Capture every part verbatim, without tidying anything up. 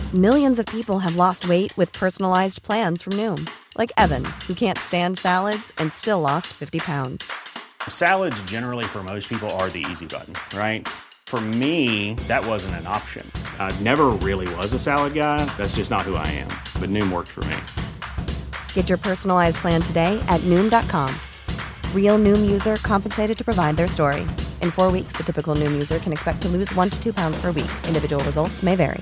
Millions of people have lost weight with personalized plans from Noom. Like Evan, who can't stand salads and still lost fifty pounds. Salads generally for most people are the easy button, right? For me, that wasn't an option. I never really was a salad guy. That's just not who I am. But Noom worked for me. Get your personalized plan today at Noom dot com. Real Noom user compensated to provide their story. In four weeks, the typical Noom user can expect to lose one to two pounds per week. Individual results may vary.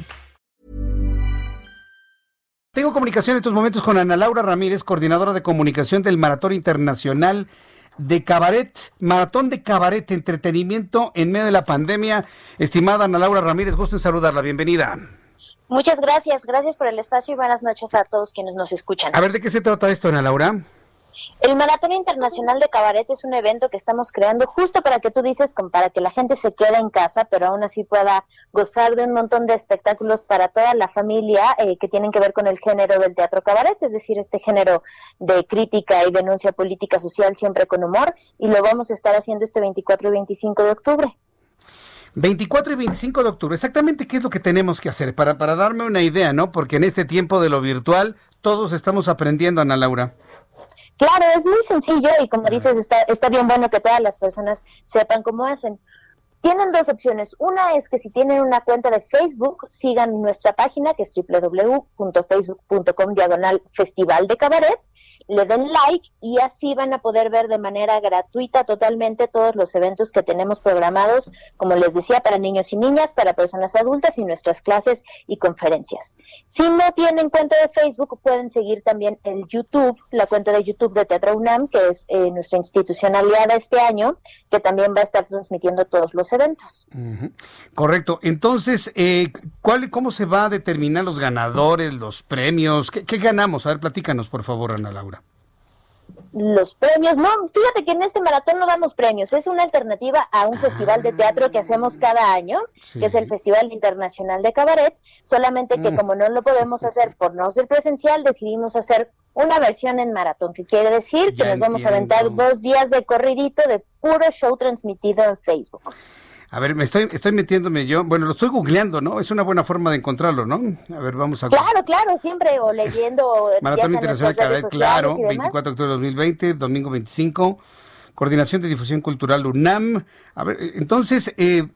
Tengo comunicación en estos momentos con Ana Laura Ramírez, coordinadora de comunicación del Maratón Internacional de Cabaret, Maratón de Cabaret, entretenimiento en medio de la pandemia. Estimada Ana Laura Ramírez, gusto en saludarla, bienvenida. Muchas gracias, gracias por el espacio y buenas noches a todos quienes nos escuchan. A ver, ¿de qué se trata esto, Ana Laura? El Maratón Internacional de Cabaret es un evento que estamos creando justo para que tú dices, para que la gente se quede en casa, pero aún así pueda gozar de un montón de espectáculos para toda la familia eh, que tienen que ver con el género del teatro cabaret, es decir, este género de crítica y denuncia política social siempre con humor, y lo vamos a estar haciendo este veinticuatro y veinticinco de octubre. veinticuatro y veinticinco de octubre, exactamente qué es lo que tenemos que hacer para, para darme una idea, ¿no? Porque en este tiempo de lo virtual todos estamos aprendiendo, Ana Laura. Claro, es muy sencillo y como dices, está, está bien bueno que todas las personas sepan cómo hacen. Tienen dos opciones. Una es que si tienen una cuenta de Facebook, sigan nuestra página que es doble u doble u doble u punto facebook punto com diagonal Festival de Cabaret, le den like y así van a poder ver de manera gratuita totalmente todos los eventos que tenemos programados, como les decía, para niños y niñas, para personas adultas y nuestras clases y conferencias. Si no tienen cuenta de Facebook, pueden seguir también el YouTube, la cuenta de YouTube de Teatro UNAM, que es eh, nuestra institución aliada este año, que también va a estar transmitiendo todos los eventos. Uh-huh. Correcto. Entonces, eh, ¿cuál, ¿cómo se va a determinar los ganadores, los premios? ¿Qué, qué ganamos? A ver, platícanos, por favor, Ana Laura. Los premios, no, fíjate que en este maratón no damos premios, es una alternativa a un ah, festival de teatro que hacemos cada año, sí. que es el Festival Internacional de Cabaret, solamente que mm. como no lo podemos hacer por no ser presencial, decidimos hacer una versión en maratón, que quiere decir ya que nos vamos entiendo. a aventar dos días de corridito de puro show transmitido en Facebook. A ver, me estoy estoy metiéndome yo, bueno, lo estoy googleando, ¿no? Es una buena forma de encontrarlo, ¿no? A ver, vamos a... Claro, claro, siempre, o leyendo... Maratón Internacional de Cabaret, claro, veinticuatro de octubre de dos mil veinte, domingo veinticinco, Coordinación de Difusión Cultural UNAM. A ver, entonces, eh,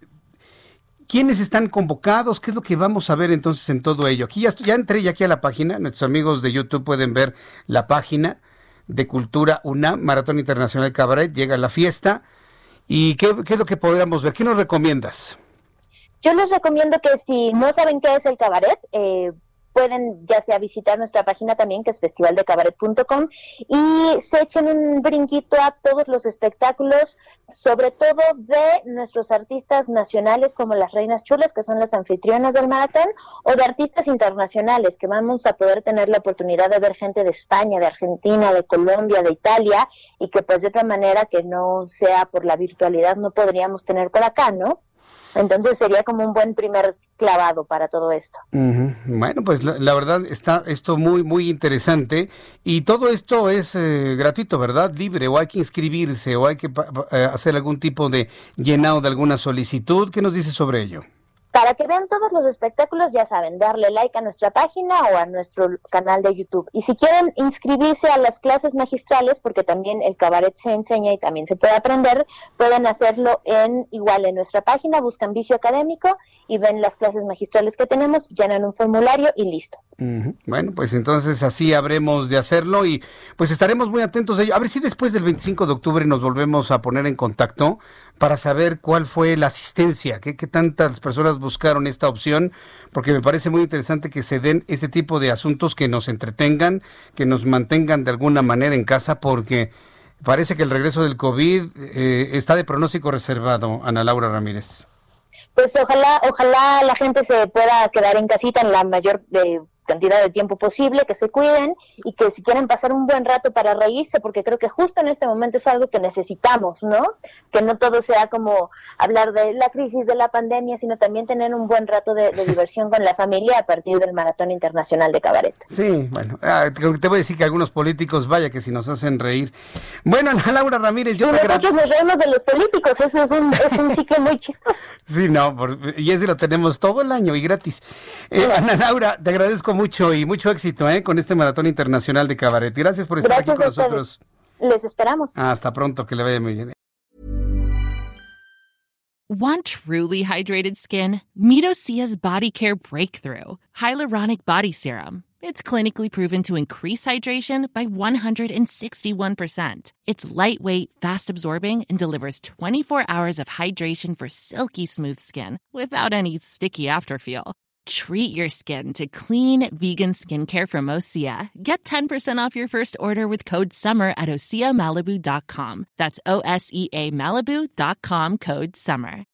¿quiénes están convocados? ¿Qué es lo que vamos a ver entonces en todo ello? Aquí ya, estoy, ya entré ya aquí a la página, nuestros amigos de YouTube pueden ver la página de Cultura UNAM, Maratón Internacional de Cabaret, llega la fiesta. ¿Y qué, qué es lo que podríamos ver? ¿Qué nos recomiendas? Yo les recomiendo que si no saben qué es el cabaret, eh, pueden ya sea visitar nuestra página también, que es festival de cabaret punto com, y se echen un brinquito a todos los espectáculos, sobre todo de nuestros artistas nacionales como las Reinas Chulas, que son las anfitrionas del maratón, o de artistas internacionales, que vamos a poder tener la oportunidad de ver gente de España, de Argentina, de Colombia, de Italia, y que pues de otra manera que no sea por la virtualidad no podríamos tener por acá, ¿no? Entonces sería como un buen primer clavado para todo esto. Uh-huh. Bueno, pues la, la verdad está esto muy muy interesante y todo esto es eh, gratuito, ¿verdad? Libre, o hay que inscribirse o hay que pa- pa- hacer algún tipo de llenado de alguna solicitud. ¿Qué nos dice sobre ello? Para que vean todos los espectáculos, ya saben, darle like a nuestra página o a nuestro canal de YouTube. Y si quieren inscribirse a las clases magistrales, porque también el cabaret se enseña y también se puede aprender, pueden hacerlo en igual en nuestra página, buscan Vicio Académico y ven las clases magistrales que tenemos, llenan un formulario y listo. Uh-huh. Bueno, pues entonces así habremos de hacerlo y pues estaremos muy atentos a ello. A ver si después del veinticinco de octubre nos volvemos a poner en contacto para saber cuál fue la asistencia, qué, qué tantas personas buscaron esta opción, porque me parece muy interesante que se den este tipo de asuntos que nos entretengan, que nos mantengan de alguna manera en casa, porque parece que el regreso del COVID eh, está de pronóstico reservado, Ana Laura Ramírez. Pues ojalá, ojalá la gente se pueda quedar en casita en la mayor, eh, cantidad de tiempo posible, que se cuiden y que si quieren pasar un buen rato para reírse, porque creo que justo en este momento es algo que necesitamos, ¿no? Que no todo sea como hablar de la crisis de la pandemia, sino también tener un buen rato de, de diversión con la familia a partir del Maratón Internacional de Cabaret. Sí, bueno, te voy a decir que algunos políticos, vaya que si nos hacen reír. Bueno, Ana Laura Ramírez, yo sí, te nosotros nos reímos de los políticos, eso es un, es un ciclo muy chistoso. Sí, no, por, y ese lo tenemos todo el año y gratis. Eh, sí. Ana Laura, te agradezco mucho y mucho éxito eh, con este Maratón Internacional de Cabaret. Gracias por estar Gracias aquí con nosotros. Les esperamos. Hasta pronto, que le vaya muy bien. Want truly hydrated skin? Meet Osea's Body Care Breakthrough Hyaluronic Body Serum. It's clinically proven to increase hydration by one hundred sixty-one percent. It's lightweight, fast-absorbing, and delivers twenty-four hours of hydration for silky smooth skin without any sticky afterfeel. Treat your skin to clean, vegan skincare from Osea. Get ten percent off your first order with code SUMMER at osea malibu dot com. That's O S E A Malibu dot com, code SUMMER.